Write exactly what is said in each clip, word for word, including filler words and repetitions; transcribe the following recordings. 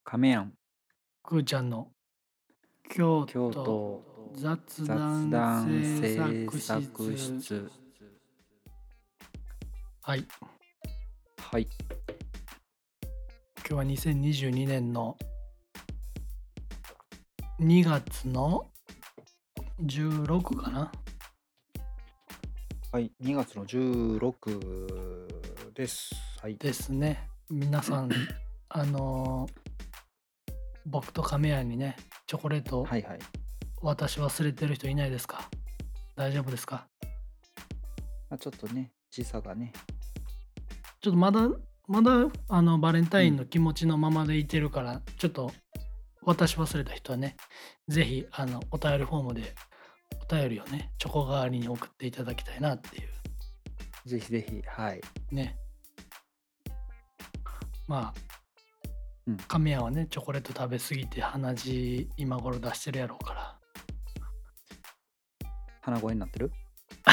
亀やん、 くーちゃんの京京都都雑雑談談制制作作室。 室。 はい。 はい。 今日はにせんにじゅうにねんのにがつのじゅうろくかなはい。にがつのじゅうろくです。はい。 ですね。皆さん、あのー僕と亀屋にね、チョコレートはいはい。 渡し忘れてる人いないですか？大丈夫ですか？ まあ、ちょっとね、時差がね。 ちょっとまだ、まだ、あの、バレンタうん。 インの気持ちのままでいてるから、ちょっと渡し忘れた人はね、ぜひ、あの、お便りフォームでお便りをね、チョコ代わりに送っていただきたいなっていうぜひぜひ、はい。 ね。まあ、 うん。 亀屋はね、チョコレート食べ過ぎて鼻血今頃出してるやろうから。 鼻声になってる？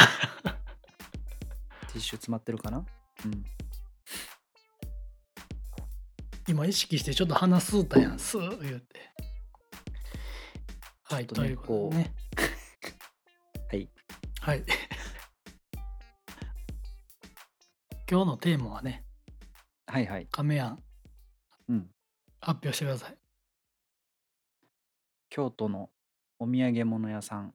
ティッシュ詰まってるかな？うん。 今意識してちょっと鼻吸うたやん、スー言うて。はい、 ちょっとね、 ということでこね。 う、はい。 はい。今日のテーマはね、 はいはい。 亀屋うん。 発表してください。 京都のお土産物屋さん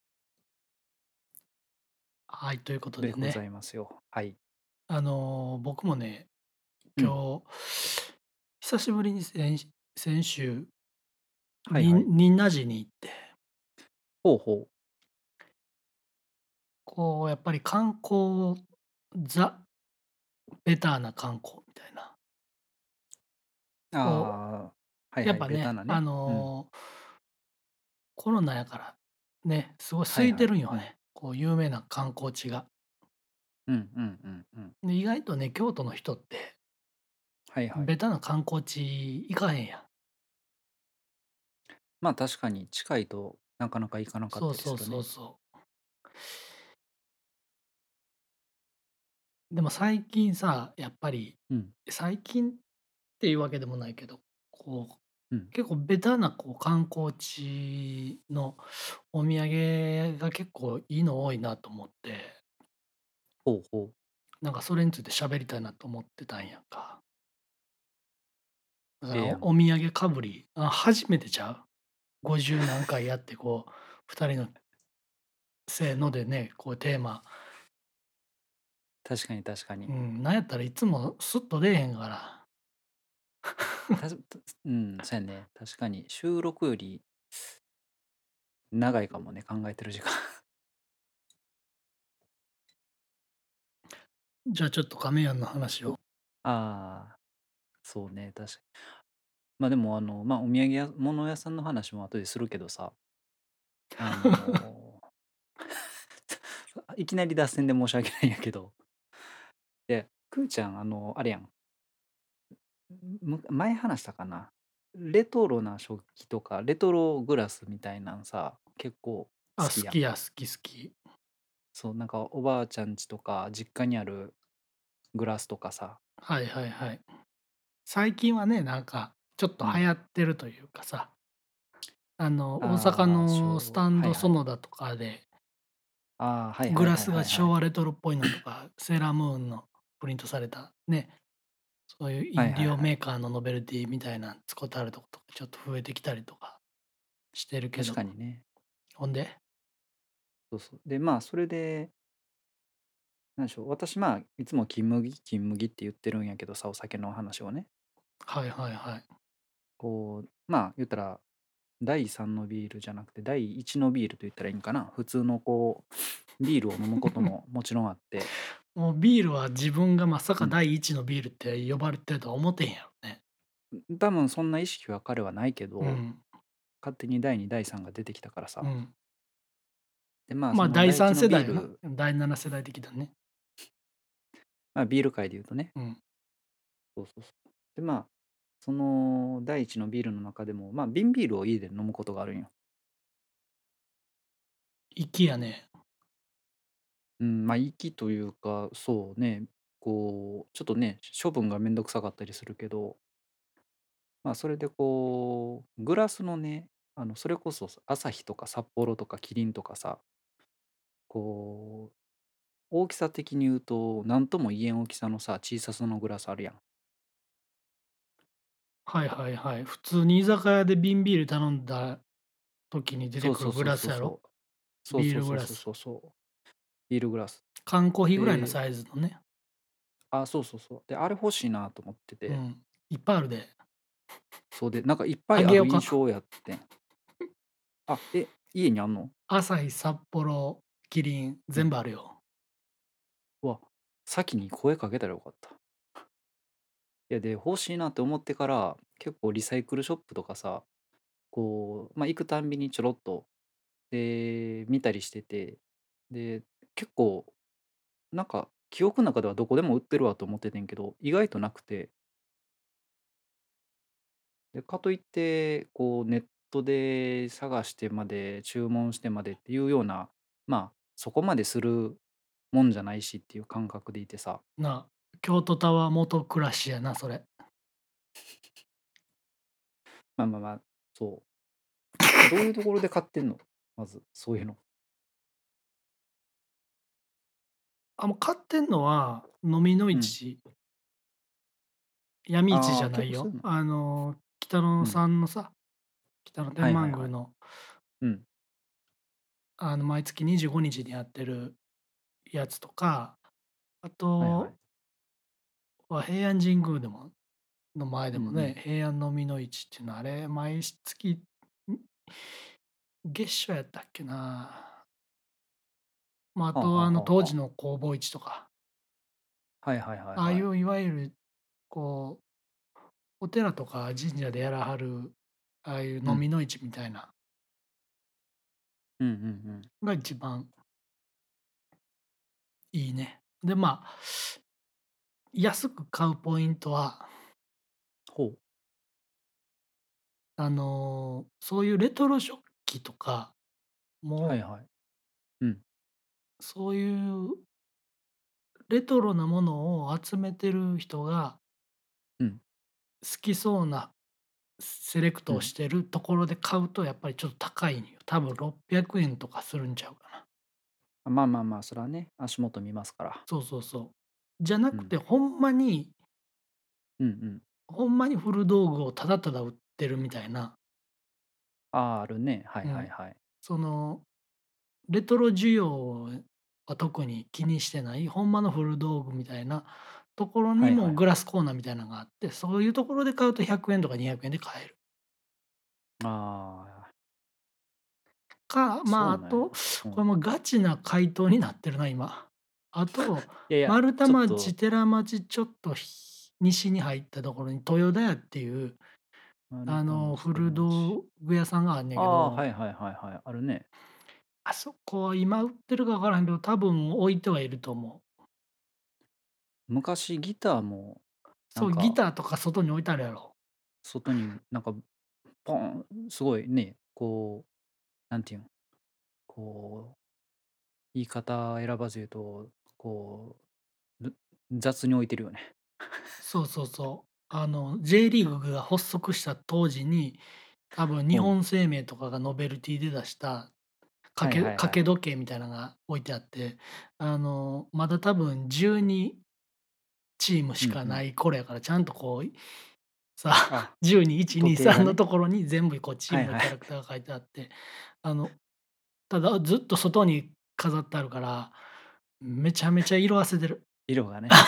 はい、ということでござでね、 いますよ。はい。 あの、僕もね、 うん。 今日、久しぶりに先先週、にはいはい。 仁和寺に行って、 ほうほう。 こうやっぱり観光ザベターな観光みたいな、こああ、はいう、やはい、 っぱね、あベタなね。うん。 の、コロナやからね、すごい空いてはいはい。うん。 るんよね、こう有名な観光地が。 うんうんうんうん。 で、意外とね、京都の人ってはいはい。 ベタな観光地行かへんやん。 まあ確かに近いとなかなか行かなかったりそうそうするね。 そうそう。でも最近さ、やっぱり、 うん。 最近っていうわけでもないけど、こう、 うん。 結構ベタなこう観光地のお土産が結構いいの多いなと思って、 ほうほう。 なんかそれについて喋りたいなと思ってたんやんか。だからええやん。 おお土産かぶり、あ、初めてちゃう？ごじゅう何回やってこう、ふたりのせーのでね、こうテーマ、 確かに確かに。 うん、なんやったらいつもスッと出えへんから。 たすたうん、そうやね。確かに収録より長いかもね、考えてる時間。 じゃあちょっと亀やんの話を。 ああ、そうね、確かに。まあでもあの、まあお土産や物屋さんの話も後でするけどさ、あのいきなり脱線で申し訳ないんやけど、で、くーちゃん、あの、あれやん、む前話したかな。レトロな食器とか、レトログラスみたいなんさ、結構好あ、 きやん。 好きや、好き好き。 そう、なんかおばあちゃん家とか実家にあるグラスとかさ、 はいはいはい。最近はね、なんかちょっとうん。 流行ってるというかさ、あの、大阪ああ、しのスタンドょうはいはい。 園田とかで、 ああ、はいはいはいグラスがはいはい。 昭和レトロっぽいのとか、セーラームーンのプリントされたね、そういうイはいンディオはいはい。 メーカーのノベルティみたいな使ってあるとことかちょっと増えてきたりとかしてるけ確ど、 かにね。 ほんで？ そうそう。で、まあ、それで、なんでしょう、私、まあ、いつも金麦、金麦って言ってるんやけどさ、お酒の話をね。 はいはいはい。 こう、まあ、言ったら、だいさんのビールじゃなくて、だいいちのビールと言ったらいいんかな。普通のこう、ビールを飲むことももちろんあって、 もうビールは自分がまさかうん。 第一のビールって呼ばれてるとは思ってへんやろね。 多分そんな意識は彼はないけど、 うん、 勝手にだいに、だいさんが出てきたからさ。 うん。 で、まあ、 まあ、 その第三だいいちの世代やな。 ビール、 だいなな世代的だね。 まあ、ビール界で言うとね、 うん。 そうそうそう。で、まあ、そのだいいちのビールの中でも、まあ、瓶ビールを家で飲むことがあるんよ。 粋やね。 うん、まあ、粋というか、そうね、こう、ちょっとね、処分がめんどくさかったりするけど、 まあ、それでこう、グラスのね、あの、それこそ、アサヒとか札幌とかキリンとかさ、こう、大きさ的に言うと、なんとも言えん大きさのさ、小ささのグラスあるやん。 はいはいはい。普通に居酒屋で瓶ビール頼んだ時に出てくるグそうそうそうラスやろ？ そうそう。そうビーそうそうそうルグラス。 そうそう。ビールグラス。 缶コーヒーぐらいので、 サイズのね。 あ、そうそうそう。で、あれ欲しいなと思ってて、 うん。いっぱいあるで。 そうで、なんかいっぱいあるあげよか。 印象やってん。あ、え、家にあんの？ アサヒ、札幌、キリン、 うん。 全部あるよ。 うわ、先に声かけたらよかった。いや、で、欲しいなって思ってから、結構リサイクルショップとかさ、こう、ま、行くたんびにちょろっと、で、見たりしてて、で、結構なんか記憶の中ではどこでも売ってるわと思っててんけど、意外となくて、で、かといって、こうネットで探してまで、注文してまでっていうような、まあ、そこまでするもんじゃないしっていう感覚でいてさ、 な、京都タワー元暮らしやな、それ。 まあまあまあ、そう。どういうところで買ってんの？まず、そういうの。 あ、もう買ってんのは、飲みのうん。 市、闇市じああ、 ゃないよ。 結構そういうの。 あの、北野うん。 さんのさ、北野天はいはいはい。 満宮の、 うん。 あの、毎月にじゅうごにちにやってるやつとか、あはいはい。 とは平安神宮でもの前でもね、 うんうん。 平安飲みの市っていうのはあれ、毎月、ん、月初やったっけな。まあ、あはあはと、あの、 あはあはあ。 当時の弘法市とか、 はいはいはいはい。 ああいういわゆる、こう、お寺とか神社でやらはる、ああいううん。 飲みの市みたいなうんうんうん。 が一番いいね。で、まあ、安く買うポイントは、 ほう。 あの、そういうレトロ食器とかも、 はいはい。うん。 そういうレトロなものを集めてる人がうん。 好きそうなセレクトをしうん。 てるところで買うとやっぱりちょっと高いんよ。多分ろっぴゃくえんとかするんちゃうかな。 まあまあまあ、それはね、足元見ますから。 そうそうそう。じゃなうん。 くて、ほんまにうんうん。 ほんまに古道具をただただ売ってるみたいな、 ああ、あるね。はいうん、 はいはい。 そのレトロ需要は特に気にしてない、ほんまの古道具みたいなところにはいはいはい。 もグラスコーナーみたいなのがあって、そういうところで買うとひゃくえんとかにひゃくえんで買える。 ああ、 か、まあ、 そうなんや。 あと、 うん。 これもガチな回答になってるな、今。あと、 いやいや、 丸太町、 ちょっと、 寺町ちょっとひ西に入ったところに豊田屋っていう、 丸太あの、 町寺古町。 道具屋さんがあんねんああ、 けど、 はいはいはいはい。あるね。 あそこは今売ってるか分からんけど、多分置いてはいると思う。 昔ギターも、なそう、ギんか、 ターとか外に置いてあるやろ。 外になんか、ポン、すごいね、こう、なんていうん、こう、言い方選ばず言うと、こう、ず雑に置いてるよね。 そうそうそう。あの、J リーグが発足した当時に、多分日うん。 本生命とかがノベルティで出した掛はいけ掛けはいはい。 時計みたいなのが置いてあって、あの、まだ多分じゅうにチームしかなうんうん。 い頃やから、ちゃんとこう、さあ、 あ、 じゅうに、いち、に、さんの時計がね。 ところに全部こうチームのはいはい。 キャラクターが書いてあって、あの、ただずっと外に飾ってあるから、めちゃめちゃ色褪せてる。 色がね。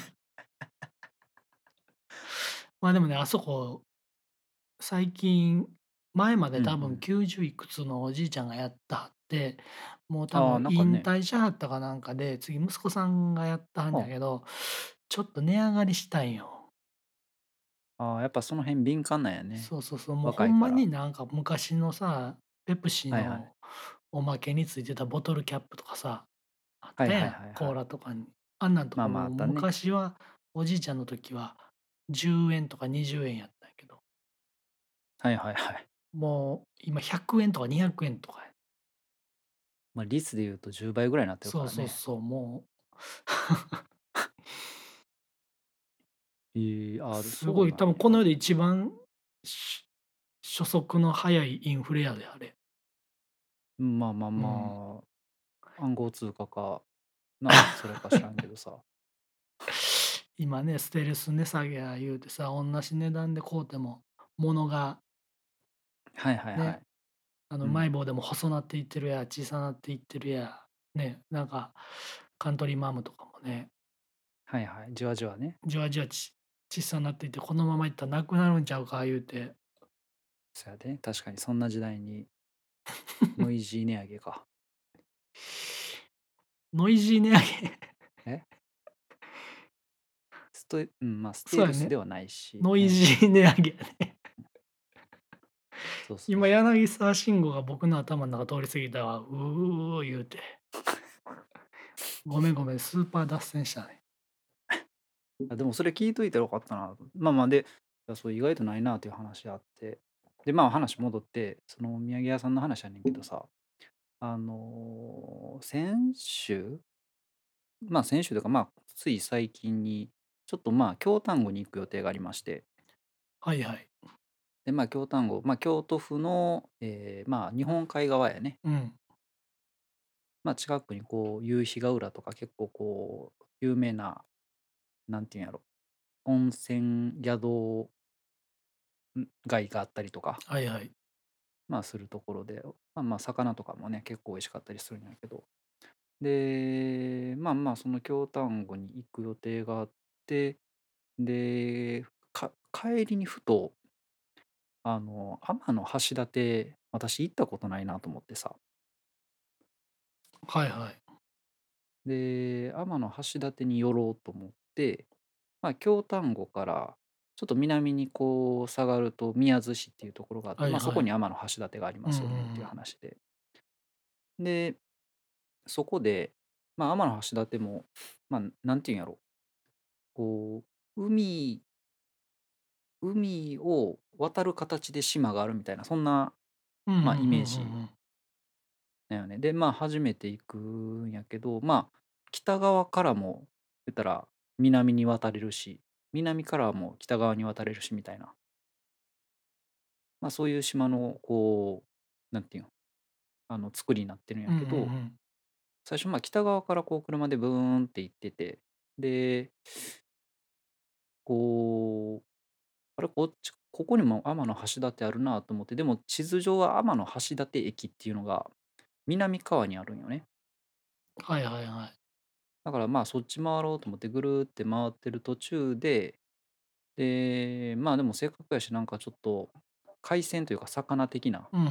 まあ、でもね、あそこ、最近、前まで多分うんうん。 きゅうじゅういくつのおじいちゃんがやってはって、もう多ああ、 分引なんかね、 退しはったかなんかで、次息子さんがやったはんはあ。 やけど、ちょっと値上がりしたんよ。 ああ、やっぱその辺敏感なんやね。 そうそうそう、もうほんまに若いから。 なんか昔のさ、ペプシはいはい。 のおまけについてたボトルキャップとかさ、あっはいはいたやん、コーはいはい。 ラとかに。あんなんとまあまあ、あかもうったね。 昔は、おじいちゃんの時はじゅうえんとかにじゅうえんやったんやけど、 はいはいはい。 もう今ひゃくえんとかにひゃくえんとかや。 ま、率で言うとじゅうばいぐらいになってるそうからね。 そうそう、もうええ、ある、 すごい、 そうなんや。 多分この世で一番し初速の速いインフレやで、あれ。 うん、まあまあうん。 まあ、暗号通貨か、な、それか知らんけどさ。 今ね、ステルス値下げや言うてさ、おんなし値段で買うても、物がはいはいはね、 い。 あの、ううん。 まい棒でも細なっていってるや、小さなっていってるや、ね、なんかカントリーマアムとかもね、 はいはい、じわじわね。 じわじわち小さなっていって、このままいったらなくなるんちゃうか言うて、 そやで、確かにそんな時代にノイジー値上げか。 ノイジー値上げ。 え？ストうん、まあ、ステそうやね。 ルスではないし、 ノイうん。 ジー値上げやね。 そうそう今、 そう。 柳沢慎吾が僕の頭の中通り過ぎたわ。「うう」言うて。ごめんごめん、スーパー脱線したね。 あ、でもそれ聞いといたらよかったなと。まあまあ、で、いや、そう意外とないなっていう話あって、で、まあ、話戻って、そのお土産屋さんの話やねんけどさ、あの、先週、まあ、先週というか、まあ、つい最近に、ちょっと、まあ、京丹後に行く予定がありまして、 はいはい。 で、まあ、京丹後、まあ、京都府の、えーまあ、日本海側やね。 うん。 まあ、近くにこう、夕日が浦とか結構こう、有名な、なんていうんやろ、温泉宿街があったりとか、 はいはい。 まあ、するところで、まあまあ、魚とかもね、結構美味しかったりするんやけど、で、まあまあ、その京丹後に行く予定があって、で、か帰りにふと、あの、天橋立、私行ったことないなと思ってさ。 はいはい。 で、天橋立に寄ろうと思って、まあ、京丹後からちょっと南にこう下がると宮津市っていうところがあって、まあ、そはいはい。 こに天橋立がありうんうんうますよねっていうん。 話で。で、そこで、まあ、天橋立も、まあ、なんていうんやろ、こう、海海を渡る形で島があるみたいな、そんな、 うんうんうんうまあ、イメージんうん。 だよね。で、まあ、初めて行くんやけど、まあ、北側からも言ったら南に渡れるし、南からも北側に渡れるしみたいな、まあ、そういう島のこう、なんていうの、あの、作りになってるんうんうんうやけど、 ん。 最初、まあ、北側からこう車でブーンって行ってて、で、こう、あれ、こっちここにも天橋立あるなと思って、でも地図上は天橋立駅っていうのが南側にあるんよね。 はいはいはい。 だからまあそっち回ろうと思ってぐるーって回ってる途中で、で、まあでもせっかくやしなんかちょっと海鮮というか魚的なうんうんうん。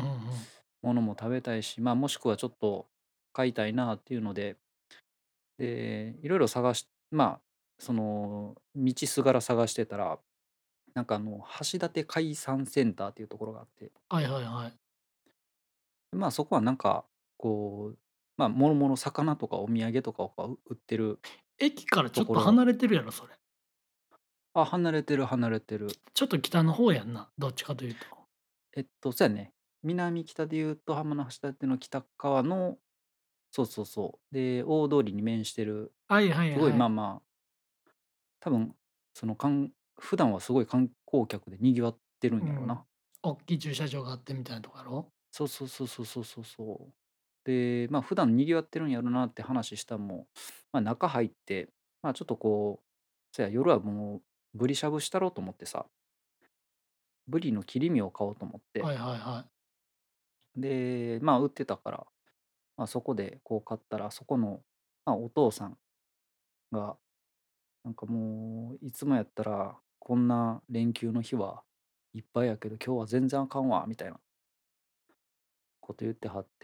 ものも食べたいし、まあもしくはちょっと買いたいなっていうので、で、いろいろ探し、まあその道すがら探してたら、なんかあの橋立海産センターっていうところがあって、 はいはいはい。 まあ、そこはなんか、こう、まあ、もろもろ魚とかお土産とかを売ってる駅からちょっところ。 と離れてるやろ、それ。 あ、離れてる離れてる。 ちょっと北の方やんな、どっちかというと。 えっと、そうやね。南北で言うと浜の橋立の北側の、そうそうそう。で、大通りに面してる、 はいはいすごいはい。 まあまあ、多分、その、かん普段はすごい観光客で賑わってるんうん。 やろな。 おっきい駐車場があってみたいなとこやろ？ そうそうそうそうそうそうそう。で、まあ、普段賑わってるんやろなって話したんも、まあ、中入って、まあ、ちょっとこう、そや、夜はもう、ブリしゃぶしたろうと思ってさ、ブリの切り身を買おうと思って、 はいはいはい。 で、まあ、売ってたから、まあ、そこでこう買ったら、そこの、まあ、お父さんが、なんかもう、いつもやったら、こんな連休の日はいっぱいやけど、今日は全然あかんわ、みたいなこと言ってはって、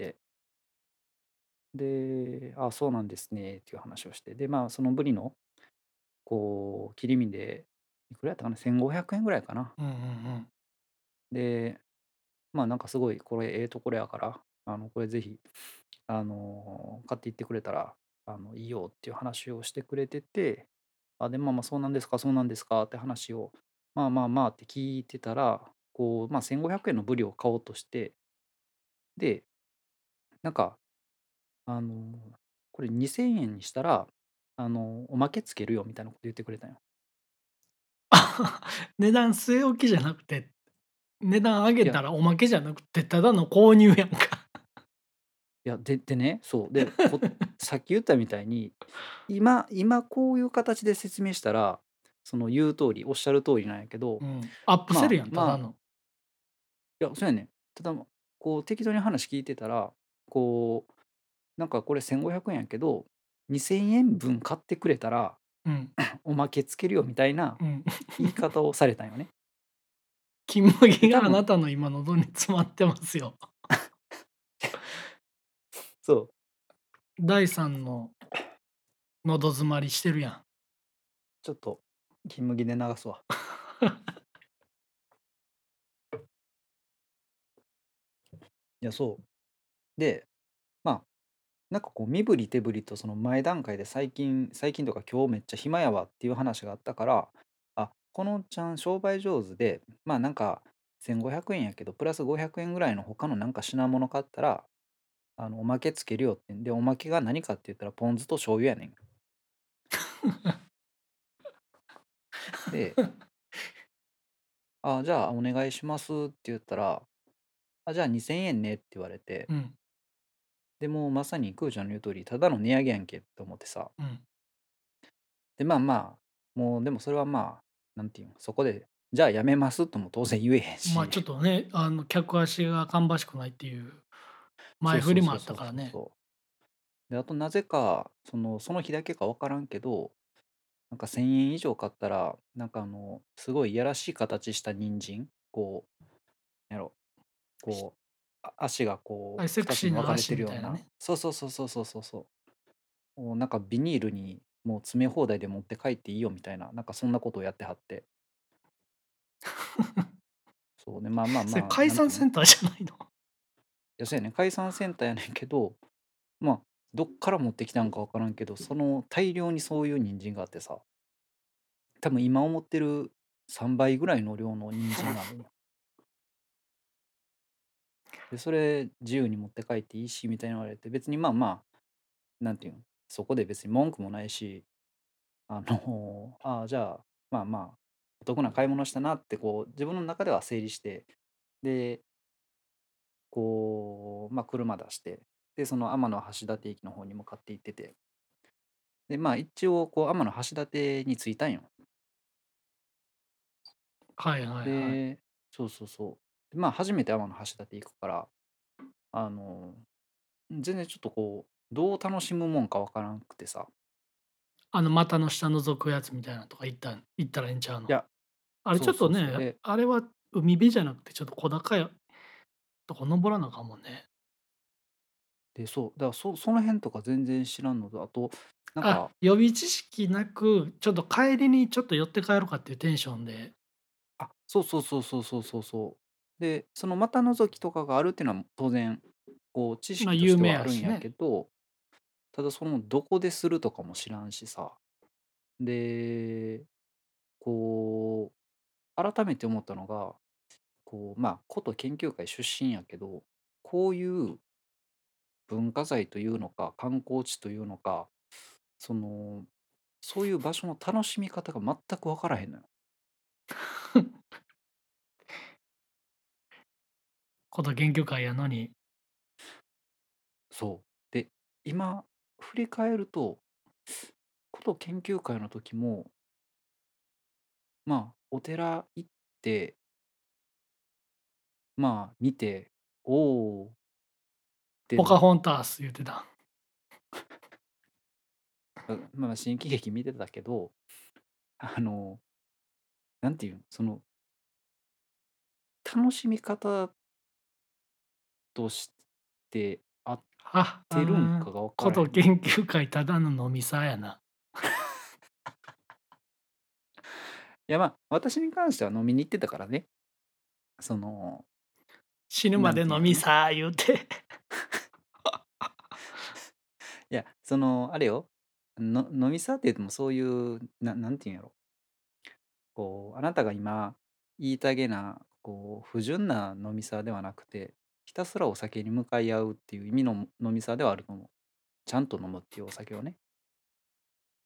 で、あ、そうなんですね、っていう話をして、で、まあ、そのブリの、こう、切り身で、いくらやったかな、せんごひゃくえんぐらいかな。 うんうんうん。 で、まあ、なんかすごいこれええところやから、あの、これぜひ、あの、買っていってくれたら、あの、いいよっていう話をしてくれてて、あ、で、まあまあ、そうなんですか、そうなんですかって話を、まあまあまあって聞いてたら、こう、まあ、せんごひゃくえんのブリを買おうとして、で、なんか、あの、これにせんえんにしたら、あの、おまけつけるよみたいなこと言ってくれたんよ。 値段据え置きじゃなくて。 値段上いやげたらおまけじゃなくて、ただの購入やんか。 いや、ででね、そう、で、こさっき言ったみたいに、今今こういう形で説明したら、その言う通り、おっしゃる通りなんやけど、 うん、アップセルやん、たまあまあ、 だの。 いや、そうやねん。ただ、こう適当に話聞いてたら、こう、なんかこれせんごひゃくえんやけど、にせんえんぶん買ってくれたら、 うん、 おまけつけるよみたいなうん。 言い方をされたんよね。 金麦で、多分があなたの今喉に詰まってますよ。 そう、 だいさんの喉詰まりしてるやん。 ちょっと金麦で流すわ。いや、そう。で、まあなんかこう身振り手振りとその前段階で最近最近とか今日めっちゃ暇やわっていう話があったから、あ、このおっちゃん商売上手で、まあなんかせんごひゃくえんやけどプラスごひゃくえんぐらいの他のなんか品物買ったら、あのおまけつけるよってんで、おまけが何かって言ったらポン酢と醤油やねん。で、あ、じゃあお願いしますって言ったら、あ、じゃあにせんえんねって言われて、 うん、 でもうまさにクーちゃんの言う通り、ただの値上げやんけって思ってさ。 うん。 で、まあまあ、もうでもそれはまあ、なんていうの、そこで、じゃあやめますとも当然言えへんまあ、 し、 ちょっとね、あの、客足が芳しくないっていうそう前振りもあっそうそうそうたからね。 そうそう。で、あとなぜか、その、その日だけか分からんけど、なんかせんえん以上買ったら、なんかあの、すごいいやらしい形した人参、こう、なんやろ、こう、あ足がこあ、 う、二つセクシーなに分かれてるような、 足みたいなね。 そうそうそうそうそうそうそう、もうなんかビニールにもう詰め放題で持って帰っていいよみたいな、なんかそんなことをやってはって、そうね、まあまあそれまあ、 解なんていうの、 散センターじゃないの？ や、そうやねん、解散センターやねんけど、まあ、どっから持ってきたんか分からんけど、その大量にそういう人参があってさ、多分今思ってるさんばいぐらいの量の人参があんねんよ。で、それ自由に持って帰っていいしみたいに言われて、別にまあまあ、なんていうん、そこで別に文句もないし、あの、ああ、じゃあ、まあまあ、お得な買い物したなってこう自分の中では整理して、で、こう、まあ車出して、で、その天橋立駅の方に向かって行ってて、で、まあ、一応、こう、天橋立に着いたんよ。 はいはいはい。 で、そうそうそう。で、まあ、初めて天橋立行くから、あの、全然ちょっとこう、どう楽しむもんかわからんくてさ。 あの股の下覗くやつみたいなとか行ったん行ったらええんちゃうの？ いや、 あれちょっとそうそうそう。 ね、 で、 あれは海辺じゃなくてちょっと小高いとこ登らなあかんもんね。 で、そう、だからそその辺とか全然知らんのと、あと、なんあ、 か、 予備知識なく、ちょっと帰りにちょっと寄って帰ろうかっていうテンションで、 あ、そうそうそうそうそうそうそう。で、その股覗きとかがあるっていうのは当然、こう、知ま、 識とし有名てはあるんややしね。 けど、ただそのどこでするとかも知らんしさ。で、こう改めて思ったのが、こう、まあ、古都研究会出身やけど、こういう文化財というのか、観光地というのか、その、そういう場所の楽しみ方が全く分からへんのよ。 こと研究会やのに、 そう。で、今、振り返ると、古都研究会の時も、まあ、お寺行って、まあ、見て、おーってポカな、 ホンタース言うてた。 あまあ、新喜劇見てたけど、あの、なんていうん、その、楽しみ方として合っあ、 てるんああ、 かが分からへんねん。 こと研究会ただの飲みさやな。 いや、まあ、私に関しては飲みに行ってたからね。その、 死ぬまで飲みなんていうんやろね。 さ言うて。 いや、その、あれよ、の飲みさって言ってもそういう、ななんていうんやろ、こう、あなたが今言いたげな、こう、不純な飲みさではなくて、ひたすらお酒に向かい合うっていう意味の飲みさではあると思う。ちゃんと飲むっていうお酒をね。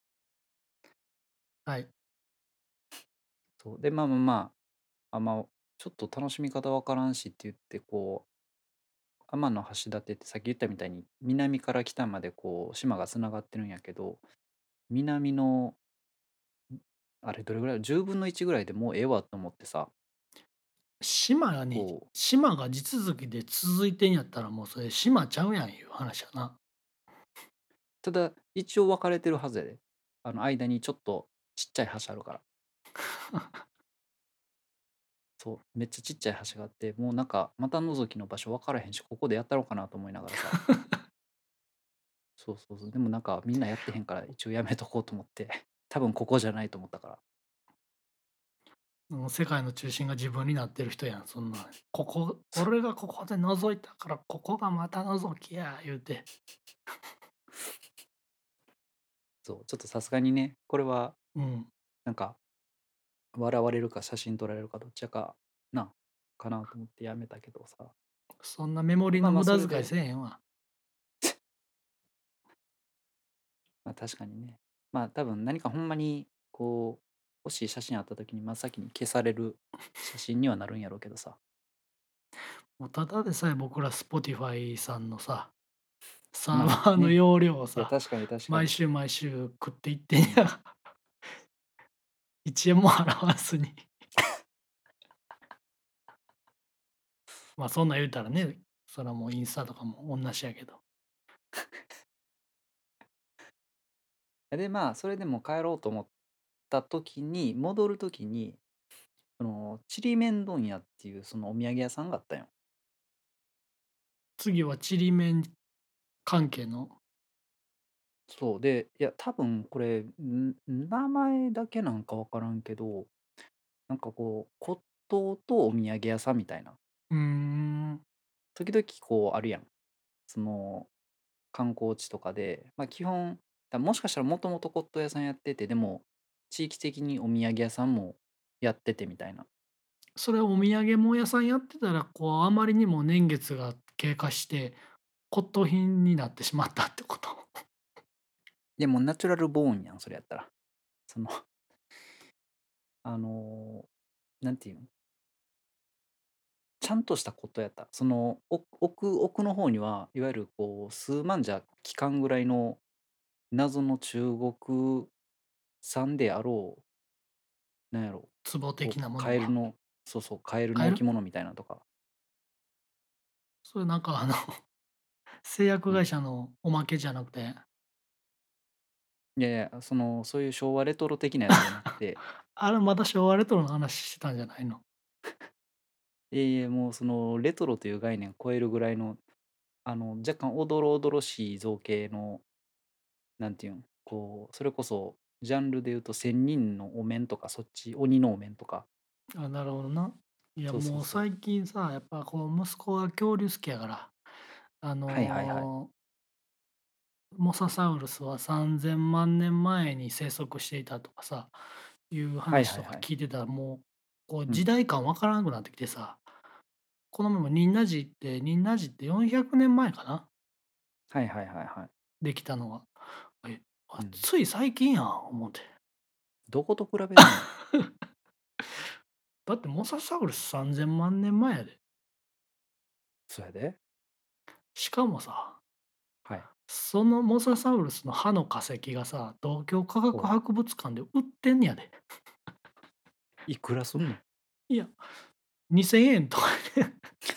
はい。 そう。で、まあまあまあ、あ、まあちょっと楽しみ方わからんしって言って、こう、天橋立ってさっき言ったみたいに、南から北までこう島がつながってるんやけど、南の、あれどれぐらい、じゅうぶんのいちぐらいでもうええわと思ってさ、 島にこう、 島が地続きで続いてんやったら、もうそれ島ちゃうやんいう話やな。 ただ一応分かれてるはずやで。あの間にちょっとちっちゃい橋あるから。そう、めっちゃちっちゃい橋があって、もうなんか股覗きの場所分からへんし、ここでやったろうかなと思いながらさ、そうそうそう、でもなんかみんなやってへんから一応やめとこうと思って、多分ここじゃないと思ったから。 もう世界の中心が自分になってる人やん、そんなん。ここ俺がここで覗いたから、ここがまた覗きや言うて。 そう、ちょっとさすがにね、これはうん。 なんか笑われるか写真撮られるかどっちやかな、かなと思ってやめたけどさ。 そんなメモリまあまあの無駄遣いそれで、 せえへんわ。 まあ確かにね。まあ多分何かほんまにこう、欲しい写真あった時に真っ先に消される写真にはなるんやろうけどさ。 もうただでさえ僕ら Spotify さんのさ、サーバまあーのね。 容量をいや、 さ、 確かに確かに。 毎週毎週食っていってんや。いちえんも払わずに。まあ、そんなん言うたらね、そらもうインスタとかもおんなしやけど。 で、まあ、それでも帰ろうと思った時に、戻る時に、その、ちりめん問屋っていうそのお土産屋さんがあったんよ。 次はちりめん関係のそう。で、いや、多分これ、ん名前だけなんかわからんけど、なんかこう、骨董とお土産屋さんみたいな。 うーん、 時々こうあるやん。その、観光地とかで、まあ基本、だもしかしたらもともと骨董屋さんやってて、でも、地域的にお土産屋さんもやっててみたいな。 それお土産物屋さんやってたら、こう、あまりにも年月が経過して、骨董品になってしまったってこと？ でもナチュラルボーンやん、それやったら。その、あの、なんていうん、ちゃんとしたことやった。その、お奥奥の方には、いわゆるこう、数万じゃ効かんぐらいの謎の中国産であろう、なんやろ、 壺的こう、 なものが。 カエルの、そうそう、カエル買える？ の置物みたいなのとか。 それなんかあの、製薬うん。 会社のおまけじゃなくて、 いやいや、その、そういう昭和レトロ的なやつじゃなくて、 あれまだ昭和レトロの話してたんじゃないの？ いえいえ、もうそのレトロという概念を超えるぐらいの、あの、若干おどろおどろしい造形の、なんていうん、こう、それこそジャンルで言うと仙人のお面とか、そっち、鬼のお面とか。 あ、なるほどな。いや、 そうそうそう。 もう最近さ、やっぱこう息子が恐竜好きやから、あはいはいはい。 の、モササウルスはさんぜんまん年前に生息していたとかさ、いう話とかはいはいはい。 聞いてたら、もう、こううん。 時代感わからなくなってきてさ、この前も仁和寺って、仁和寺ってよんひゃくねんまえかな、 はいはいはいはい。 できたのは。え、あ、 うん。 つい最近やん思って。 どこと比べんねん。 だってモササウルスさんぜんまん年前やで。 そやで。 しかもさ、 はい。 そのモササウルスの歯の化石がさ、東京科学ほう。 博物館で売ってんねやで。 いくらすんの？ いや、にせんえんとかで、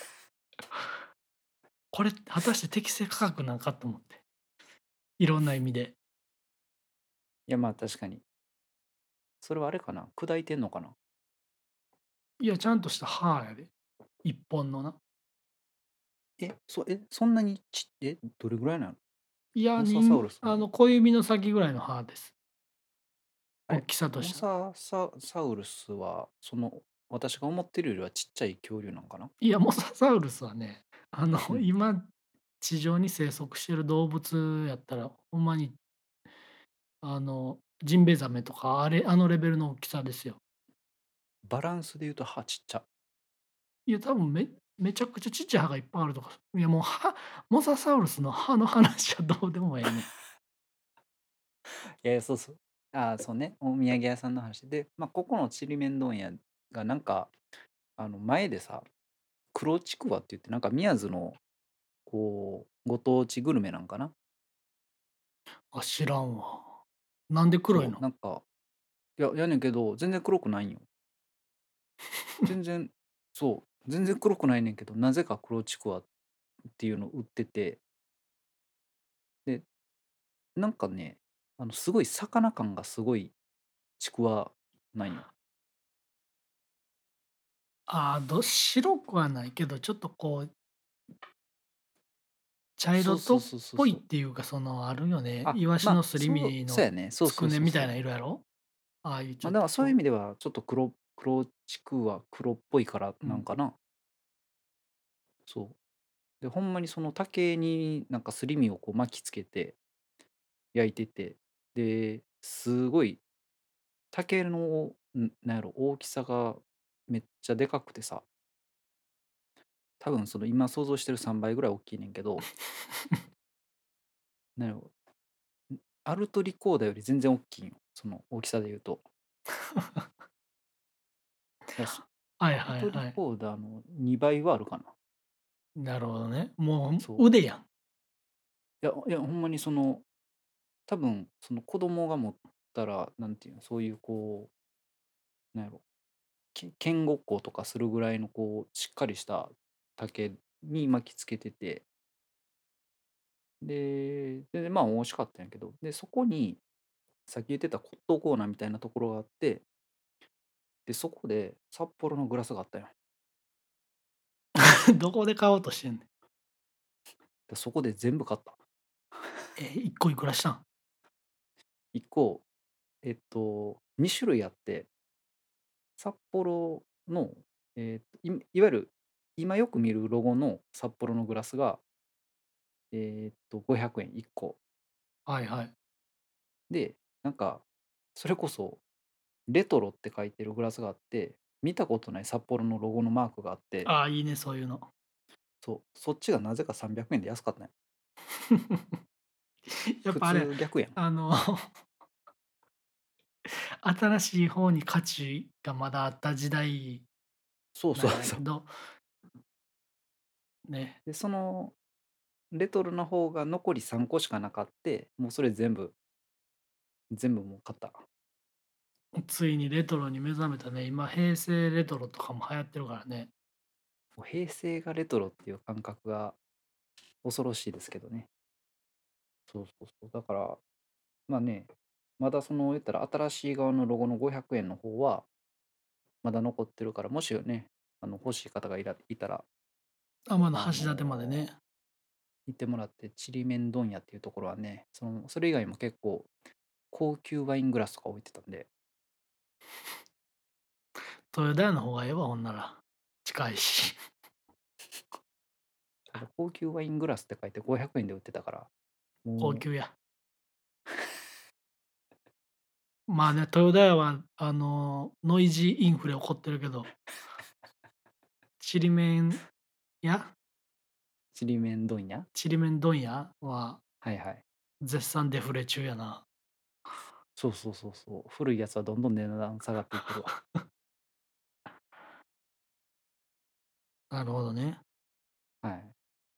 これ果たして適正価格なんかと思って。いろんな意味で。 いや、まあ確かに。それはあれかな、砕いてんのかな？ いや、ちゃんとした歯やで。一本のな。 え、そえ、そんなにちえ、どれぐらいなの？ いや、 モササウにんルスのあの、小指の先ぐらいの歯です。大あれ、 きさとモしたら。 サササウルスは、その、私が思ってるよりはちっちゃい恐竜なんかな？ いや、モササウルスはね、あの、 うん。 今、地上に生息してる動物やったら、ほんまに、あの、ジンベエザメとか、あれあのレベルの大きさですよ。 バランスで言うと歯ちっちゃ。 いや、多分めめちゃくちゃちっちゃい歯がいっぱいあるとか、いやもう歯モササウルスの歯の話はどうでもええねん。 いやいや、そうそう。ああ、そうね、お土産屋さんの話で、まあ、ここのちりめん問屋がなんか、 あの、前でさ、黒ちくわって言って、なんか宮津の、こう、ご当地グルメなんかな。 あ、知らんわ。なんで黒いそう、 の？ なんか、いや、やねんけど、全然黒くないんよ。全然、そう、全然黒くないねんけど、なぜか黒ちくわっていうの売ってて、で、なんかね、あの、すごい魚感がすごいちくわなんよ。 ああ、ど白くはないけど、ちょっとこう茶色とっそうそうそうそうぽいそう。 っていうか、その、あるよね。 あ、 イワシまあ、 のすりそう、 身のそうやね。そうつそくねみたいなうそうそう。 色やろ？ああいうちょまあ、 っだからそういう意とこ味では、ちょっと黒黒ちくわ、黒っぽいからううん。 なんかな。そう。で、ほんまにその竹になんかすり身をこう巻きつけて焼いてて、で、すごい竹の、ん、なんやろ、大きさがめっちゃでかくてさ、多分その今想像してるさんばいぐらい大きいねんけど、なんやろ、ん、アルトリコーダーより全然大きいんよ、その大きさで言うと。だ、そはいアルトリはいはい。 コーダーのにばいはあるかな。 なるほどね。もそう。 う腕やん。 いやいや、ほんまにその、多分その子供が持ったら、なんていうの、そういうこう、なんやろ、け剣ごっことかするぐらいのこうしっかりした竹に巻きつけてて、で、で、まあ美味しかったんやけど、で、そこにさっき言ってた骨董コーナーみたいなところがあって、で、そこで札幌のグラスがあったよ。 どこで買おうとしてんねん。 で、そこで全部買った。 え、いっこいくらしたん？ いっこ、えっと、に種類あって、札幌の、えっと、いいわゆる今よく見るロゴの札幌のグラスが、えっと、ごひゃくえんいっこ。 はいはい。 で、なんか、それこそレトロって書いてるグラスがあって、見たことない札幌のロゴのマークがあって、 ああ、いいね、そういうの。 そう、そっちがなぜかさんびゃくえんで安かったね。普やっぱあれ、 通逆やん。 あの、新しい方に価値がまだあった時代そうなんそうそう。 やけど、ね、 で、そのレトロな方が残りさんこしかなかって、もうそれ全部、全部もう買った。 ついにレトロに目覚めたね。今、平成レトロとかも流行ってるからね。 もう平成がレトロっていう感覚が恐ろしいですけどね。そうそうそう。だから、まあね、まだその言ったら新しい側のロゴのごひゃくえんの方はまだ残ってるから、もしね、あの欲しい方がいらいたら、 あ、まだあ橋立までのね。 行ってもらって、ちりめん問屋っていうところはね、そのそれ以外も結構高級ワイングラスとか置いてたんで、 豊田屋の方がええわ、ほんなら。近いし。 ただ高級ワイングラスって書いてごひゃくえんで売ってたから、も高級や。まあね、豊田屋は、あの、ノイジーインフレ起こってるけど、ちりめん屋うちりめん問屋、 ちりめん問屋ははいはい。 絶賛デフレ中やな。 そうそうそうそう。古いやつはどんどん値段下がっていってるわ。 なるほどね。 はい。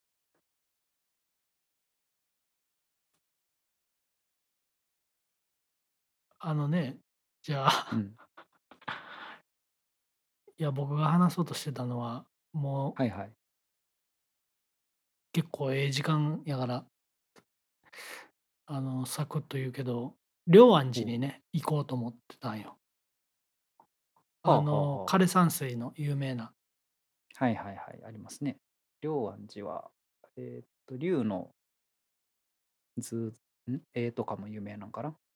あのね、じゃあ、 うん。 いや、僕が話そうとしてたのは、もうはいはい。 結構ええ時間やから、あの、サクッと言うけど、龍安ほう。 寺にね、行こうと思ってたんよ。 はああの、 はあはあ。 枯山水の有名な。 はいはいはい、ありますね。龍安寺は、えーっと、龍の図、ん絵とかも有名なんかな。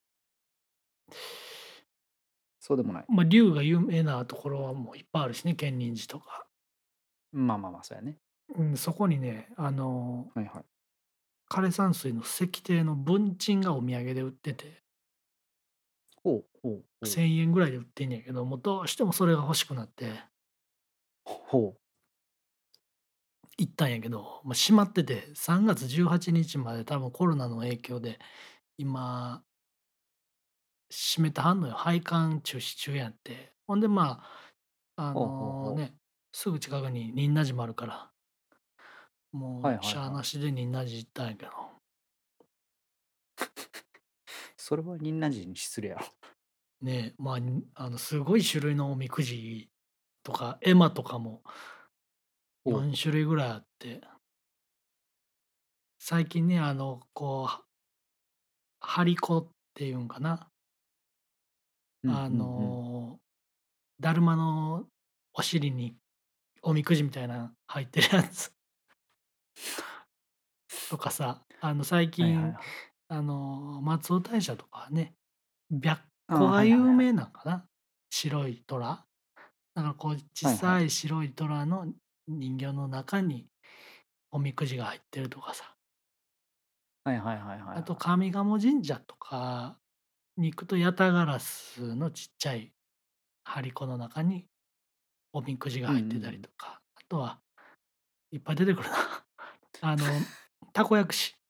そうでもない。 まあ、龍が有名なところはもういっぱいあるしね、建仁寺とか。 まあまあまあ、そうやね。 うん、そこにね、あの、 はいはい。 枯山水の石庭の文鎮がお土産で売ってて、 ほうほうほう。 せんえんぐらいで売ってんねやけど、もうどうしてもそれが欲しくなってほう。 行ったんやけど、まあ、閉まってて、さんがつじゅうはちにちまで多分コロナの影響で、今閉めてはんのよ。拝観中止中やって。ほんで、まあ、 あほうほうほう。 のね、すぐ近くに仁和寺もあるから、もはいうしゃあはいはい。 なしで仁和寺行ったんやけど、 それは仁和寺に失礼やろ。 ね、まあ、にあの、すごい種類のおみくじとか絵馬とかもおう。 よん種類ぐらいあって、最近ね、あの、こう、は張り子っていうんかな、 うんあうんうん。 の、だるまのお尻におみくじみたいな入ってるやつとかさ、あの、最近、 はいはいはい。 あの、松尾大社とかはね、白ああ、 虎がはいはいはい。 有名なんかな。白い虎。だからこう小はいはい。 さい白い虎の人形の中におみくじが入ってるとかさ。 はいはいはいはいあとは上賀茂神社とかに行くとヤタガラスのちっちゃい張り子の中におみくじがい。うん入ってたうんうん。 りとか、あとはいっぱい出てくるな。あの、たこ薬師。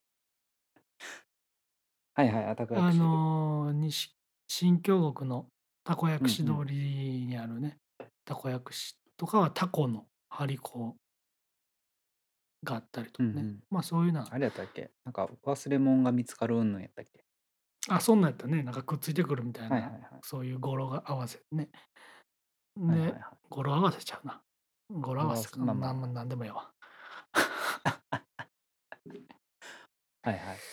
はいはい、あ、たこあ焼きし。 の、にし新京極のたこ薬師通うんうん。 りにあるね、たこ薬師とかはタコの張り子があったりとかね。 うんうん。 ま、そういうなあれやったっけ？なんか忘れ物が見つかる云々やったっけ？ あ、そんなんやったね、なんかくっついてくるみたいな、 はいはいはい。 そういう語呂が合わせね。で、 はいはいはい。 語呂合わせちゃうな。語呂合語呂合わせ、 わせか、なんま、 まあまなんでもええわ。 あ、はいはい。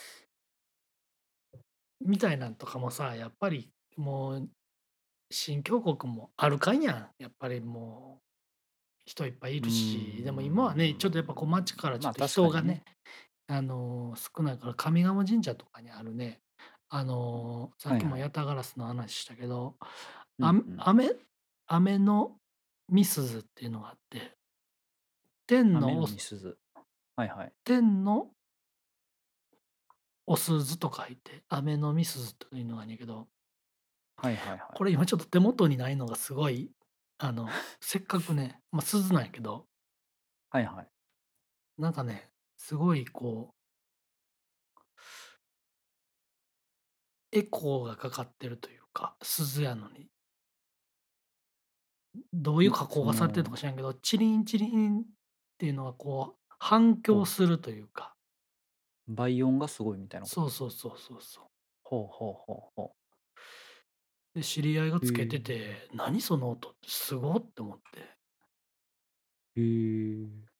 みたいなんとかもさ、やっぱりもう新京極もあるかんやん。やっぱりもう人いっぱいいうーるし、でも今はね、ちょっとやっぱこうん。 街からちょまあ、 っと人がね、 確かにね。 あの、少ないから上賀茂神社とかにあるね、あの、さっきもはいはい。 八咫烏の話したけど、あめうんうん。 あめアメノミスズっていうのがあって、天雨ののお美鈴。はいはい。 天のお鈴と書いて、アメノミスズというのがあんねんけど、 はいはいはい。 これ今ちょっと手元にないのがすごい、あの、せっかくね、ま、鈴なんやけど、 はいはい。 なんかね、すごいこう、エコーがかかってるというか、鈴やのに、どういうん、 加工がされてるのその、 か知らんけど、チリンチリンっていうのがこう、反ほう、 響するというか、 倍音がすごいみたいなこと？ そうそうそうそうそう。 ほうほうほうほで、知り合いがう。へつけてえ。 て、何その音ってすごって思って。 へえ。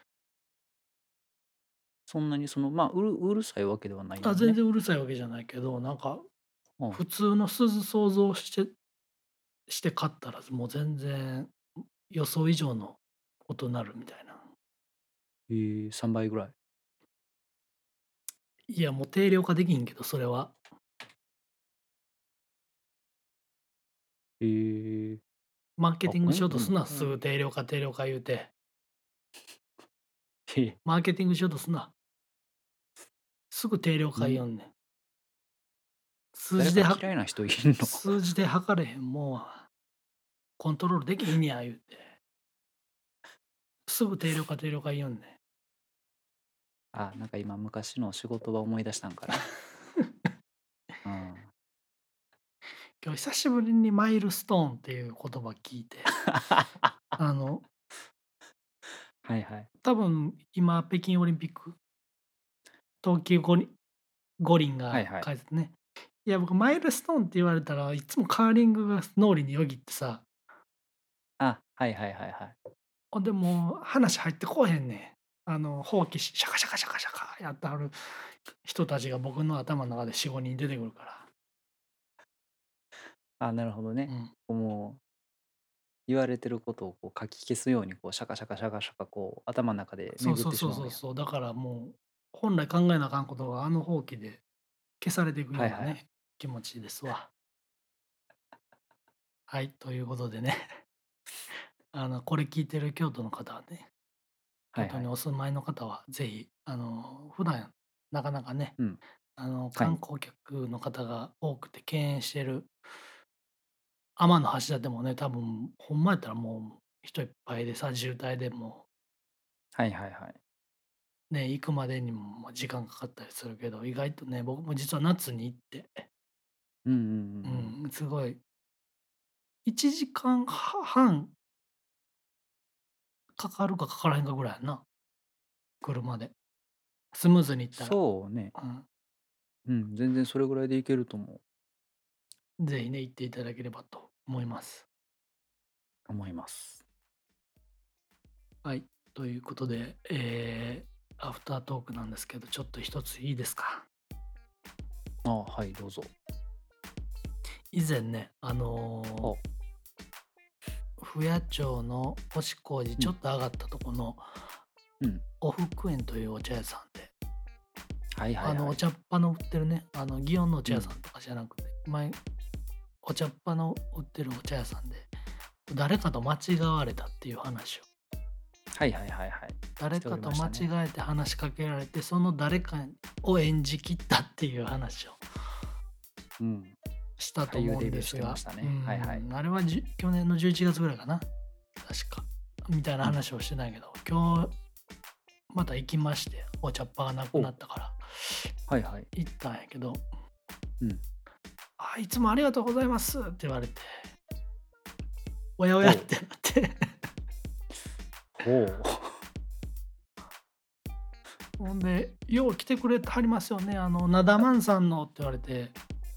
そんなにその、まあ、うるうるさいわけではないんあ、 やろね。 全然うるさいわけじゃないけど、なんかうん。 普通の鈴想像してして買ったら、もう全然予想以上の音鳴るみたいな。 へえ、さんばいぐらい。 いや、もう定量化できんけど、それは。 へえ。 マーケあ、 ティングしこんうん、 ようとすな、 こんすぐ定量化定量化言うて。 へえ、 マーケティングしようとすな。すぐ定量化なん言よんねん。数誰字ではか嫌いな人いんの？ 数字で測れへんもんは、コントロールできひんねや言うて。すぐ定量化定量化言いよんねん。 あ、なんか今昔の仕事場思い出したんかな。うん。 今日久しぶりにマイルストーンっていう言葉聞いて、あの、 はいはい。 多分今北京オリンピック、冬季五輪五輪がはいはい。 開催ね。いや、僕マイルストーンって言われたらいつもカーリングが脳裏によぎってさ、 あ、はいはいはいはい。 ほんでもう話入ってこうへんねん。あの、ほうきしシャカシャカシャカシャカやってはる人たちが僕の頭の中でよん、ごにん出てくるから。 あ、なるほどね。 うん。 こうもう言われてることをこうかき消すようにこうシャカシャカシャカシャカこう頭の中で巡っそうそうてしまうんや。 そうそうそう。だからもう、本来考えなあかんことがあのほうきで消されていくはいはい。 ようなね、気持ちですわ。はい、ということでね、あの、これ聞いてる京都の方はね、京都にはいはい。 お住まいの方はぜひ、あの、普段なかなかね、 うん。 あの、 はい。 観光客の方が多くて敬遠してる天橋立もね、多分ほんまやったらもう人いっぱいでさ、渋滞でもはいはいはい。 うね、行くまでにも、ま、時間かかったりするけど、意外とね、僕も実は夏に行って、 うんうんうんうん。 うん、すごいいちじかんははんかかるかかからへんかぐらいやんな、車で。スムーズに行ったら。 そうね。うん、全然それぐらいでいけると思う。 うん。ぜひね、行っていただければと思います。 思います。 はい。ということで、えーアフタートークなんですけど、ちょっと一ついいですか？ ああ、はい、どうぞ。 以前ね、あの、 あ、 府谷町の星小路うん、 ちょっと上がったとこのうん。 お福園というお茶屋さんで、 はいはいあの、 はい。 お茶っ葉の売ってるね、あの、祇園のおうん。 茶屋さんとかじゃなくて、前、お茶っ葉の売ってるお茶屋さんで、誰かと間違われたっていう話を、 はいはいはいはい。しており誰かと間ましたね。 違えて話しかけられて、その誰かを演じきったっていう話をうん。 したと俳優思うんデビューしてまですが、うしたね。はいはい。 ん、あれはじ去年のじゅういちがつぐらいかな、確か。みたいなうん。 話をしてないけど、今日また行きまして、お茶っ葉がなくお、 なったからはいはい。 行ったんやけど、 うん。 あ、いつもありがとうございますって言われて、おやおやっおう、 てなってほう。 ほんで、よう来てくれてはりますよね、あの、ナダマンさんのって言われて、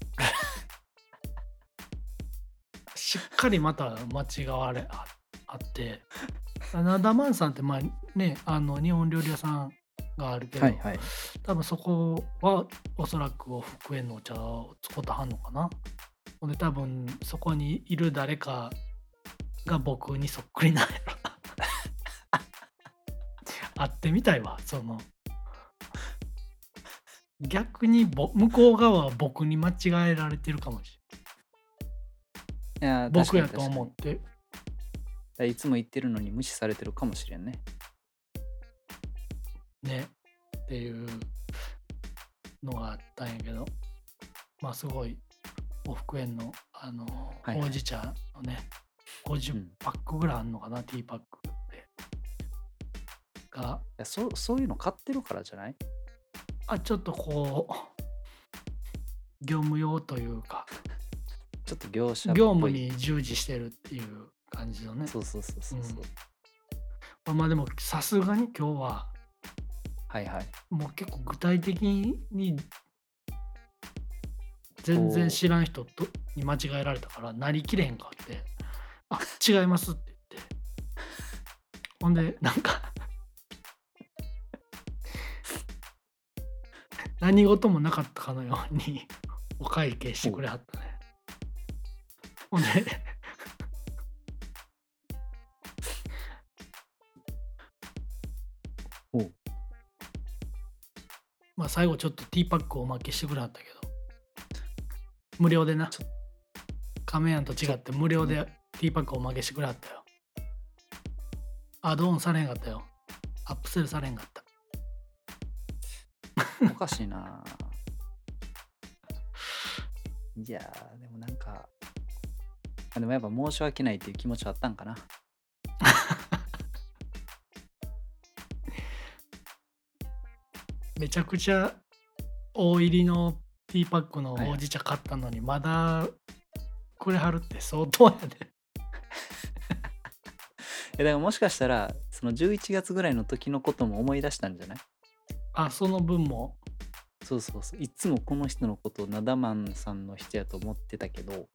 しっかりまた間違われああって、ナダマンさんってまあね、あの、日本料理屋さんがあるけど、 はいはい。 多分そこはおそらくお福園のお茶を使ってはんのかな。ほんで多分そこにいる誰かが僕にそっくりなんやろな。会ってみたいわ、その、逆にぼ向こう側は僕に間違えられてるかもしれん。 いや、確か僕やとに確かに。 思って、 いつも言ってるのに無視されてるかもしれんね。 ね、っていうのがあったんやけど、まあすごいお福園のあのはいはい。 ほうじ茶のね、50 うん。いパックぐらいあんのかな、ティーパックで。が、 や、そうそういうの買ってるからじゃない？ あ、ちょっとこう、業務用というか、 ちょっと業者っ業務ぽい。 に従事してるっていう感じのね。 そうそうそううん。 そうそう。 ま、まあ、でもさすがに今日は、 はいはい。 もう結構具体的に全然おお、 知らん人とに間違えられたからなりきれへんかって、「あ、違います」って言って、ほんで、なんか何事もなかったかのようにお会計してくおう、 れはったね。ほんで、 おう。 まあ、最後ちょっとティーパックをおまけしてくれはったけど、無料でな、 ちょ亀やんとちょっ違って無料とね、 でティーパックおまけしてくれはったよ。アドオンされへんかったよ。アップセルされへんかった。 おかしいな。いやー、でもなんか、あ、でもやっぱ申し訳ないっていう気持ちはあったんかな。 めちゃくちゃ大入りのティーパックのはいはい。 ほうじ茶買ったのに、まだくれはるって相当やで。 え、だからもしかしたら、そのじゅういちがつぐらいの時のことも思い出したんじゃない？ あ、その分も、 そうそうそう。いつもこの人のことをナダマンさんの人やと思ってたけど、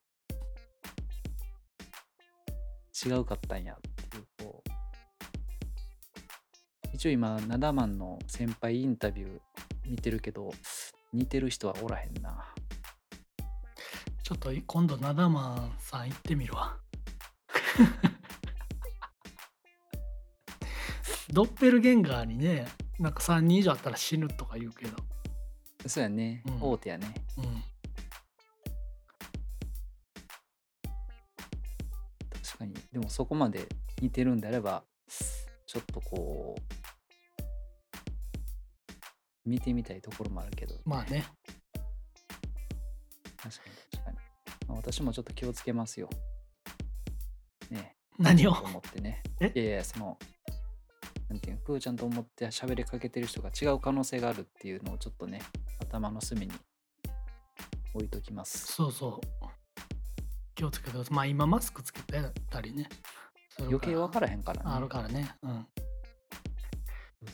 違うかったんやっていう、こう、一応今、ナダマンの先輩インタビュー見てるけど、似てる人はおらへんな。 ちょっと今度ナダマンさん行ってみるわ。ドッペルゲンガーにね、なんかさんにん以上あったら死ぬとか言うけど、 そうやね。 うん、 大手やね。 うん。 確かに。でもそこまで似てるんであれば、ちょっとこう、見てみたいところもあるけどね。 まあね、 確かに確かに。まあ、私もちょっと気をつけますよ。ね。くーち何をゃんと思ってね。 えいやいや、その、なんていうの、くーちゃんと思って喋りかけてる人が違う可能性があるっていうのをちょっとね、頭の隅に置いときます。 そうそう、気をつけてください。まあ今マスクつけてたりね、 する余計分からからへんからあるね。 からね。うん。っうん。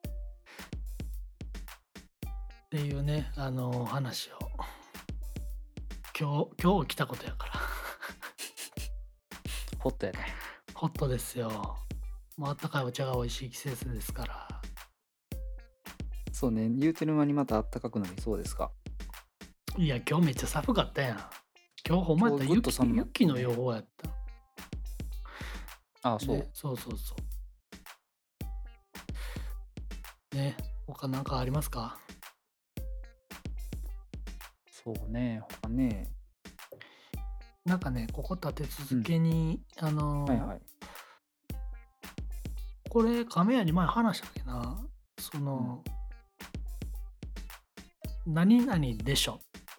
ていうね、あの、話を今日今日来たことやから。 ホットやね。 ホットですよ。もうあったかいお茶が美味しい季節ですから。 そうね、言うてる間にまたあったかくなりそうですか。 いや、今日めっちゃ寒かったやん。今日ほんまやったら今日ぐっと雪寒なった雪の予ね。 報やった。 ああ、そね、 う。 そうそうそう。ね、他なんかありますか？ そうね、他ね。 なんかね、ここ立て続うん。 けに、あの、 はいはい。 これ亀屋に前話したっけな。そうん。 の、何々でしょ。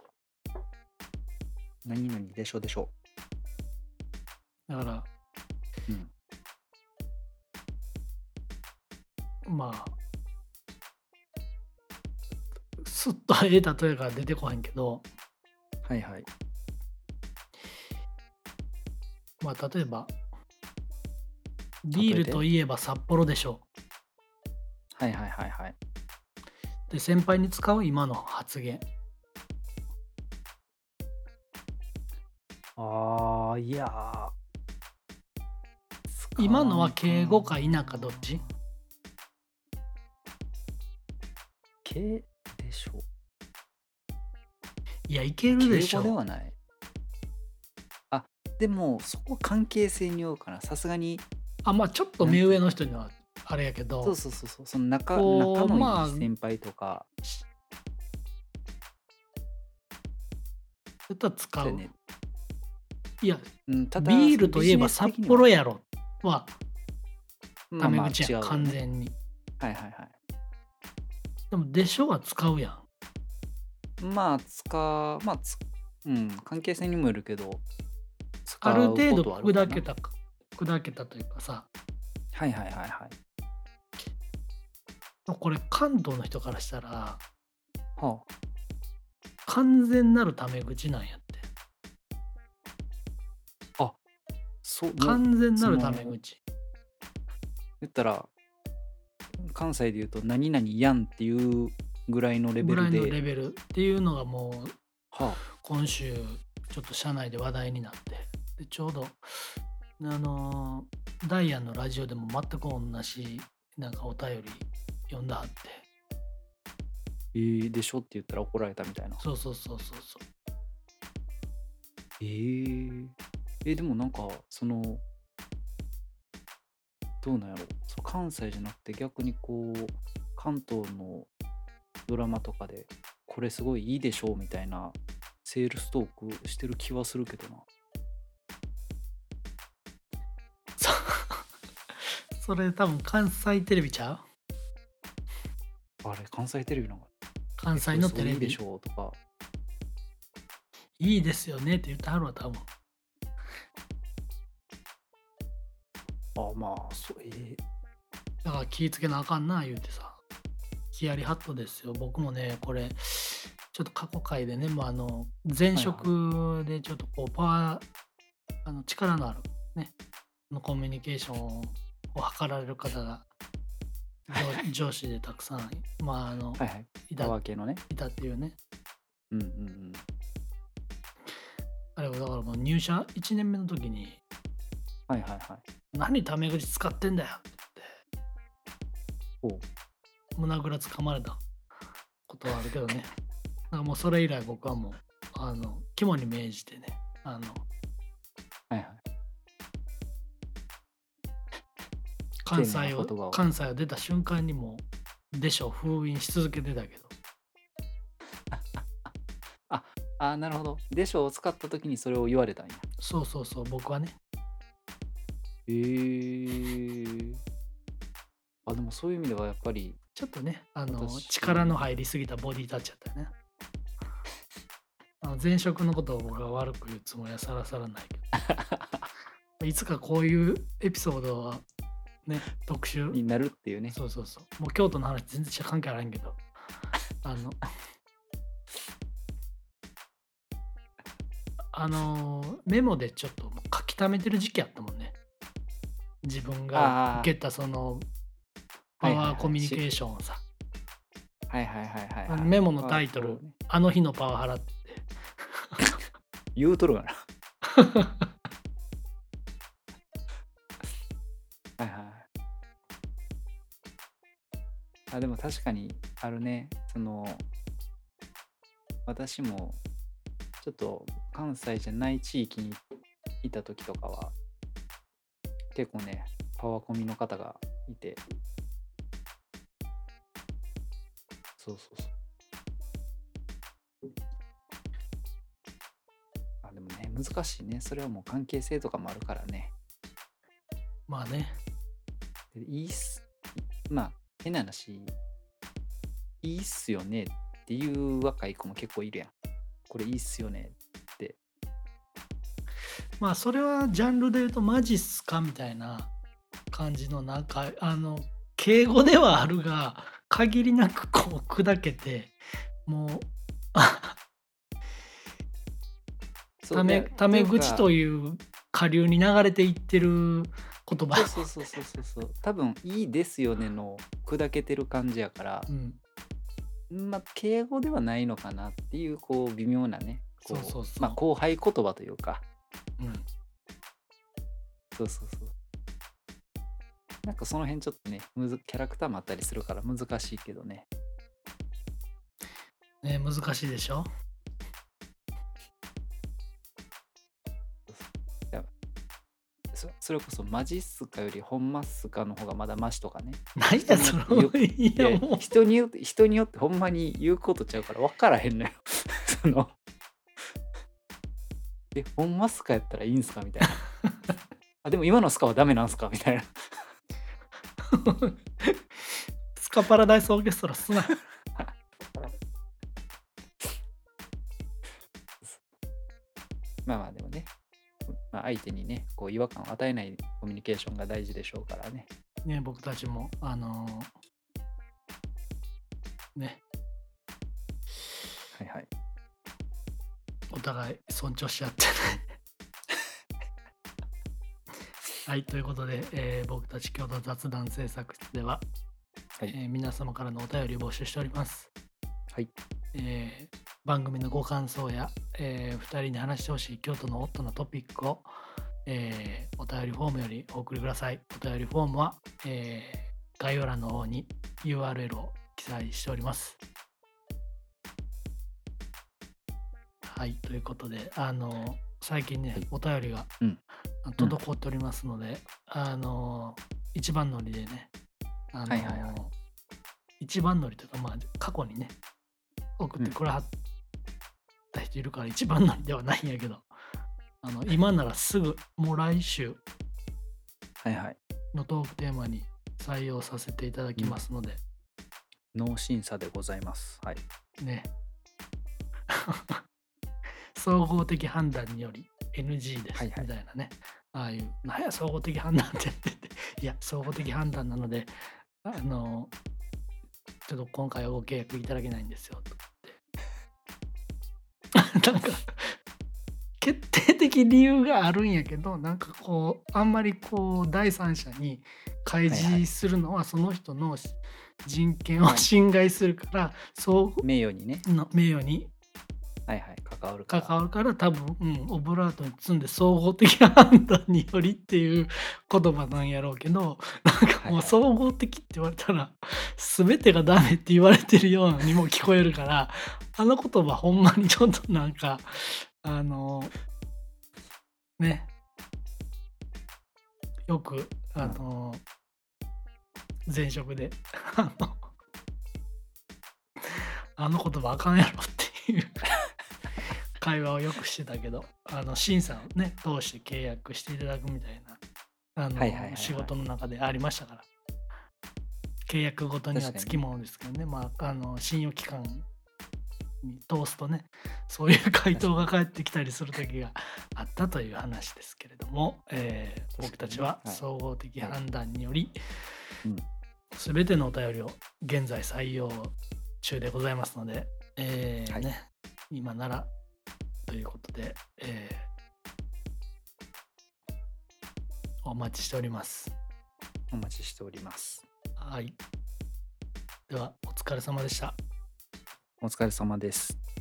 何々でしょでしょ。 だから、 うん。 まあ、すっとええ例えが出てこへんけど、 はいはい。 まあ、例えば、ビー例えて。 ルといえば札幌でしょ。 はいはいはいはい。 で、先輩に使う今の発言。 ああ、いやー、使今のはわんか敬語か否かどっな。 ち？ けでしょ。 いや、いけるで敬しょ。 語ではない。あ、でも、そこ関係性によるかな。さすがに、 あ、まあ、ちょっと目上なんていうの。 の人にはあれやけそうど、 そうそうそう、その仲仲こう、 のいいまあ、 先輩とか、 しやったら使う。 そうやね。 いや、 うん、ただ、 ビーそのビジネルといえばス的には、 札幌やろはタまあまあメ口やん、 違うよね。 完全に。 はいはいはい。 でも、でしょは使うやん。 まあ、使まあ、つうん、関係性にもよるけど、 ある使うことはある程度かな。 砕けたか砕けたというかさ、 はいはいはいはい。 これ関東の人からしたら、 は完全なるタメ口なんやって。 あ。あ、そう、もう、 完全なるタメその、 口。 言ったら、関西で言うと何々やんっていうぐらいのレベぐらいのルで、 レベルっていうのがもう、 は今週ちょっと社内で話題になって、で、ちょうど、あの、ダイアンのラジオでも全く同じ、なんかお便り読んだはって。 えー、でしょって言ったら怒られたみたいな。 そうそうそうそうそう。 えー、え、でもなんか、その、どうなんやろ。その関西じゃなくて逆にこう、関東のドラマとかで、これすごいいいでしょうみたいなセールストークしてる気はするけどな。 そそれ多分関西テレビちゃう？ あれ、関西テレビなんか、え、こ関西のれすごいいいでテレビ。 しょうとか、 いいですよねって言ってはるわ、多分。 あ、まあ、そう、えー、 だから気ぃつけなあかんな言うてさ。ヒヤリハットですよ。僕もね、これ、ちょっと過去回でね、もうあの、前はいはい。 職でちょっとこう、パワー、あの、力のあるね、のコミュニケーションを図られる方が上上司でたくさん、まあ、あの、 はいはい。パいたワー系のね。 いたっていうね。 うんうんうん。 あれはだからもう入社いちねんめの時に、 はいはいはい。 何タメ口使ってんだよっておう。 胸ぐらつかまれたことはあるけどね。なんかもうそれ以来僕はもう、あの、肝に銘じてね、あの、 はいはい。丁寧な関西を、 言葉を。 関西を出た瞬間にもう、でしょ、封印し続けてたけど。 あ、あ、なるほど。でしょを使った時にそれを言われたんや。 そうそうそう、僕はね。 へえ。あ、でもそういう意味ではやっぱりちょっとね、あの、力の私、 入りすぎたボディタッチやったよね。あの前職のことを僕は悪く言うつもりはさらさらないけど、いつかこういうエピソードはね、特集、 になるっていうね。 そうそうそう。もう京都の話全然関係あらへんけど、あの、あのメモでちょっと書き溜めてる時期あったもんね。 自分が受あけたそのあ、 パはいはいはい。 ワーコミュニケしーションをさ、 はいはいはいはいあのはい。 メモのパワタイトル、 ーをね、 あの日のパワハラって。 言うとるがな。はいはい。あ、でも確かにあるね。その、私もちょっと関西じゃない地域にいた時とかは、結構ね、パワコミの方がいて、そうそうそう。あ、でもね、難しいね。それはもう関係性とかもあるからね。 まあね、 でいいっす。まあ、変な話、いいっすよねっていう若い子も結構いるやん。これいいっすよねって。 まあそれはジャンルで言うとマジっすかみたいな感じのなんかあの敬語ではあるが限りなくこう砕けてもうそう、いや、 タメタといメ口うか、 という下流に流れていってる言葉。 そうそうそうそうそうそう。多分、いいですよねの砕けてる感じやから、 うん、 まあ、敬語ではないのかなっていう、こう、微妙なね、 そうこう、まあ、 そうそ後輩言葉というか、 う。うん。 そうそうそう。なんかその辺ちょっとね、むずキャラクターもあったりするから難しいけどね。 ね、難しいでしょ。 そうそういやそそれこそマジっすかよりほんまっすかの方がまだマシとかね。 何やそ人によって言う、 のいいや、 やも人によって、人によってほんまに言うことちゃうから分からへんのよ。その、え、ほんまっすかやったらいいんすかみたいな。あ、でも今のスカはダメなんすかみたいな。 うスカパラダイスオーケストラすな。 まあまあでもね、まあ、相手にね、こう違和感を与えないコミュニケーションが大事でしょうからね。 ね、僕たちもあのね、 はいはい。 お互い尊重し合ってね。はい、ということで、えー僕たち共同雑談制作室では、 はい。 えー皆様からのお便りを募集しております。 はい。 えー番組のご感想や、えー、ふたりに話してほしい京都のホットなトピックを、えーお便りフォームよりお送りください。お便りフォームは、えー概要欄の方に ユーアールエル を記載しております。はい、ということで、あの最近ね、 はい。 お便りがうん。 あうん。 滞っておりますので、あの一番乗りでね、あはいはいはい。 の一番乗りというか、まあ、過去にね、送っうん。 てくれはった人いるから一番乗りではないんやけど、あの今ならすぐ、もう来週はいはい。 のトークテーマに採用させていただきうん。 ますので、 脳審査でございます。はい。 ね、総合的判断により エヌジー ですはいはい。 みたいなね、ああいう、なんや総合的判断って言ってて、いや、総合的判断なので、あの、ちょっと今回はご契約いただけないんですよと。なんか決定的理由があるんやけど、なんかこう、あんまりこう、第三者に開はいはい。 示するのはその人のし人権をまあ、 侵害するから、そ名誉にね、 うの名誉にはいはい、関わるから。 関わるから多分、うん、オブラートに包んで総合的判断によりっていう言葉なんやろうけど、なんかもうはいはい。 総合的って言われたら、全てがダメって言われてるようにも聞こえるから、あの言葉ほんまにちょっとなんか、あの、ね、よく、あうん。 の、前職で、あの、あの言葉あかんやろっていう会話をよくしてたけど、あの、審査をね、通して契約していただくみたいな、あはいはいの、仕はいはい。 事の中でありましたから、契約ごとには確かにね。 つきものですけどね、まあ、あの、信用期間に通すとね、そういう回確かに。 答が返ってきたりする時があったという話ですけれども、えー僕たち確かにね。はい。 は総合的はい。 判断により、 うん。 すべてのお便りを現在採用中でございますので、えはい。 ーね、今ならということで、えーお待ちしております。 お待ちしております。 はい。では、お疲れ様でした。 お疲れ様です。